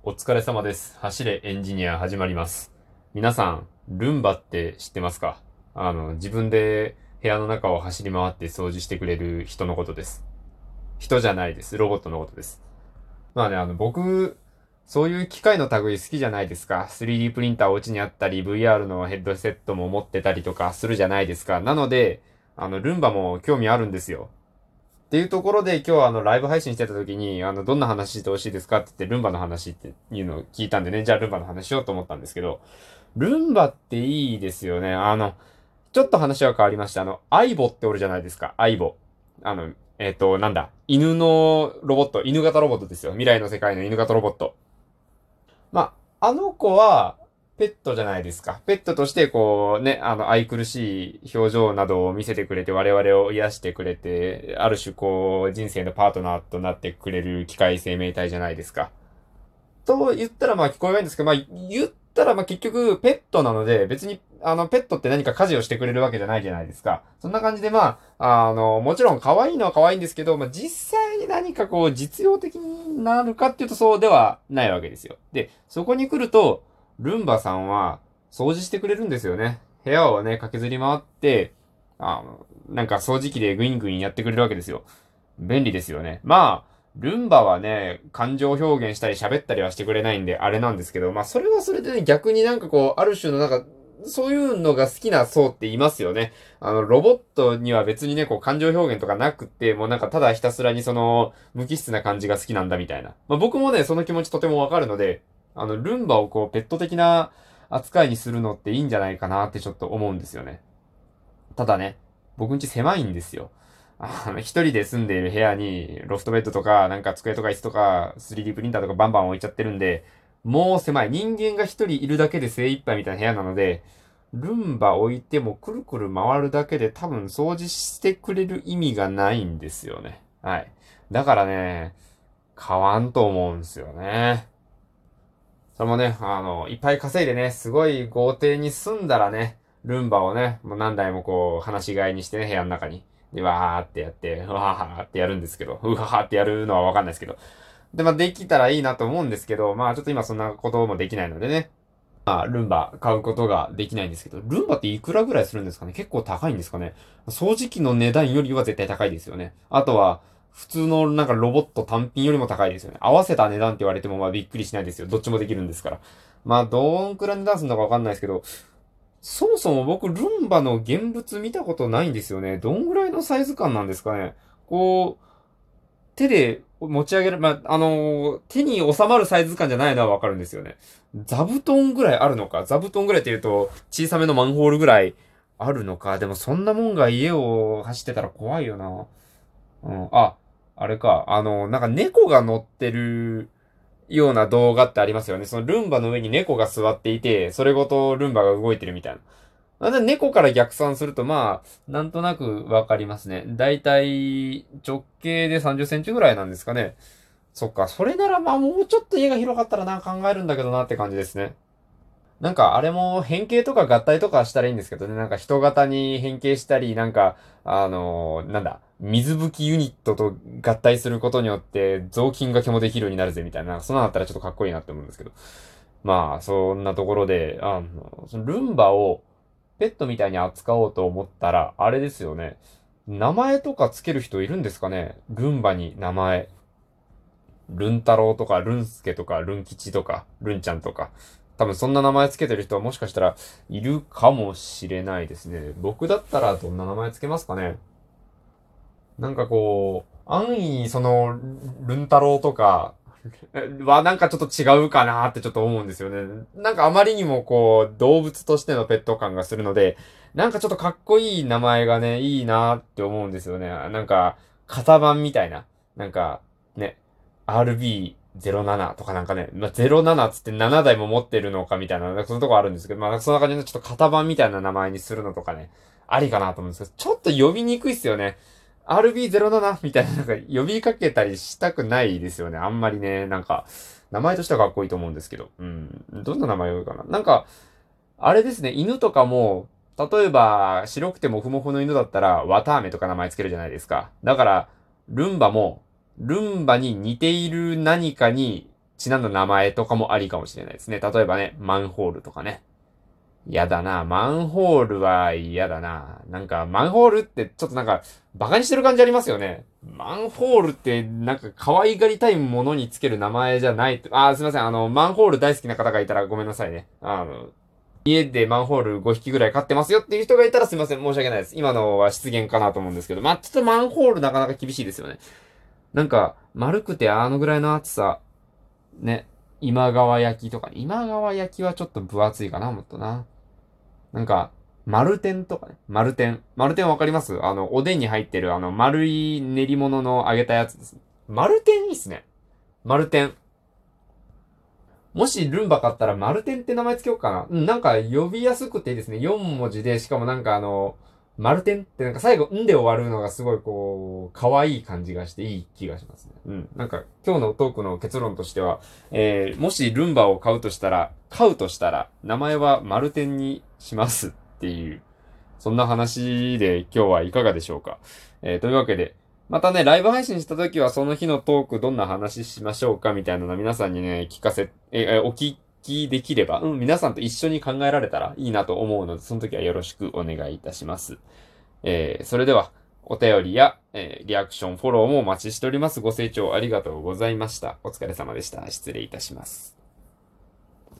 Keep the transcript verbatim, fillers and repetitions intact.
お疲れ様です。走れエンジニア始まります。皆さん、ルンバって知ってますか？あの、自分で部屋の中を走り回って掃除してくれる人のことです。人じゃないです。ロボットのことです。まあね、あの、僕、そういう機械の類好きじゃないですか。スリーディー プリンターお家にあったり、ブイアール のヘッドセットも持ってたりとかするじゃないですか。なので、あの、ルンバも興味あるんですよ。っていうところで今日はあのライブ配信してた時に、あの、どんな話してほしいですかって言ってルンバの話っていうのを聞いたんでね、じゃあルンバの話しようと思ったんですけど、ルンバっていいですよね。あの、ちょっと話は変わりました。あの、アイボっておるじゃないですか。アイボ。あの、えっと、なんだ。犬のロボット。犬型ロボットですよ。未来の世界の犬型ロボット。まあ、あの子は、ペットじゃないですか。ペットとして、こうね、あの、愛くるしい表情などを見せてくれて、我々を癒してくれて、ある種こう、人生のパートナーとなってくれる機械生命体じゃないですか。と言ったらまあ聞こえはいいんですけど、まあ言ったらまあ結局ペットなので、別にあのペットって何か家事をしてくれるわけじゃないじゃないですか。そんな感じでまあ、あの、もちろん可愛いのは可愛いんですけど、まあ実際に何かこう実用的になるかっていうとそうではないわけですよ。で、そこに来ると、ルンバさんは掃除してくれるんですよね。部屋をね、駆けずり回って、あの、なんか掃除機でグイングインやってくれるわけですよ。便利ですよね。まあ、ルンバはね、感情表現したり喋ったりはしてくれないんで、あれなんですけど、まあ、それはそれでね、逆になんかこう、ある種のなんか、そういうのが好きな層っていますよね。あの、ロボットには別にね、こう、感情表現とかなくって、もうなんかただひたすらにその、無機質な感じが好きなんだみたいな。まあ、僕もね、その気持ちとてもわかるので、あの、ルンバをこう、ペット的な扱いにするのっていいんじゃないかなってちょっと思うんですよね。ただね、僕ん家狭いんですよ。あの、一人で住んでいる部屋に、ロフトベッドとか、なんか机とか椅子とか、スリーディー プリンターとかバンバン置いちゃってるんで、もう狭い。人間が一人いるだけで精一杯みたいな部屋なので、ルンバ置いてもくるくる回るだけで多分掃除してくれる意味がないんですよね。はい。だからね、買わんと思うんですよね。それもね、あの、いっぱい稼いでね、すごい豪邸に住んだらね、ルンバをね、もう何台もこう、放し飼いにしてね、部屋の中に。で、わーってやって、うわーってやるんですけど、うわーってやるのはわかんないですけど。で、まあ、できたらいいなと思うんですけど、まあ、ちょっと今そんなこともできないのでね。まあ、ルンバ買うことができないんですけど、ルンバっていくらぐらいするんですかね？結構高いんですかね？掃除機の値段よりは絶対高いですよね。あとは、普通のなんかロボット単品よりも高いですよね。合わせた値段って言われてもまあびっくりしないですよ。どっちもできるんですから。まあ、どんくらい値段するのかわかんないですけど、そもそも僕、ルンバの現物見たことないんですよね。どんぐらいのサイズ感なんですかね。こう、手で持ち上げる、まあ、あのー手に収まるサイズ感じゃないのはわかるんですよね。座布団ぐらいあるのか？座布団ぐらいって言うと、小さめのマンホールぐらいあるのか？でもそんなもんが家を走ってたら怖いよな。うん、あ、あれか。あの、なんか猫が乗ってるような動画ってありますよね。そのルンバの上に猫が座っていて、それごとルンバが動いてるみたいな。あで猫から逆算すると、まあ、なんとなくわかりますね。だいたい直径でさんじゅっセンチぐらいなんですかね。そっか、それならまあもうちょっと家が広かったらな考えるんだけどなって感じですね。なんかあれも変形とか合体とかしたらいいんですけどね。なんか人型に変形したり、なんか、あのーなんだ、水吹きユニットと合体することによって雑巾掛けもできるようになるぜみたいな、そんなのだったらちょっとかっこいいなって思うんですけど。まあ、そんなところで、あの、そのルンバをペットみたいに扱おうと思ったら、あれですよね。名前とかつける人いるんですかね？ルンバに名前。ルンタロウとか、ルンスケとか、ルン吉とか、ルンちゃんとか。多分そんな名前つけてる人はもしかしたらいるかもしれないですね。僕だったらどんな名前つけますかね？なんかこう、安易にその、ルンタロウとか、はなんかちょっと違うかなってちょっと思うんですよね。なんかあまりにもこう、動物としてのペット感がするので、なんかちょっとかっこいい名前がね、いいなって思うんですよね。なんか、型番みたいな。なんか、ね、アールビーゼロなな とかなんかね、まあ、ゼロななつってななだいも持ってるのかみたいな、なんかそのとこあるんですけど、まあ、そんな感じのちょっと型番みたいな名前にするのとかね、ありかなと思うんですけど、ちょっと呼びにくいっすよね。アールビーゼロなな みたいな、なんか呼びかけたりしたくないですよね。あんまりね、なんか、名前としてはかっこいいと思うんですけど。うん。どんな名前がいいかな。なんか、あれですね、犬とかも、例えば、白くてもふもふの犬だったら、綿あめとか名前つけるじゃないですか。だから、ルンバも、ルンバに似ている何かにちなんだ名前とかもありかもしれないですね。例えばね、マンホールとかね。やだな。マンホールは嫌だな。なんか、マンホールってちょっとなんか、バカにしてる感じありますよね。マンホールってなんか可愛がりたいものにつける名前じゃない。あー、すいません。あの、マンホール大好きな方がいたらごめんなさいね。あの、家でマンホールごひきぐらい飼ってますよっていう人がいたらすいません。申し訳ないです。今のは失言かなと思うんですけど。まあ、ちょっとマンホールなかなか厳しいですよね。なんか、丸くてあのぐらいの厚さ。ね。今川焼きとか、今川焼きはちょっと分厚いかな、もっとな。なんか、丸天とかね。丸天。丸天わかります？あの、おでんに入ってるあの、丸い練り物の揚げたやつです。丸天いいっすね。丸天。もしルンバ買ったら丸天って名前つけようかな。うん、なんか呼びやすくていいですね。よん文字で、しかもなんかあの、丸天ってなんか最後、んで終わるのがすごいこう、可愛い感じがしていい気がしますね。うん。なんか今日のトークの結論としては、えー、もしルンバを買うとしたら、買うとしたら、名前は丸天にしますっていう、そんな話で今日はいかがでしょうか。えー、というわけで、またね、ライブ配信した時はその日のトークどんな話しましょうかみたいなの皆さんにね、聞かせ、えー、お聞きできれば、うん、皆さんと一緒に考えられたらいいなと思うので、その時はよろしくお願いいたします。えー、それでは、お便りや、えー、リアクション、フォローもお待ちしております。ご清聴ありがとうございました。お疲れ様でした。失礼いたします。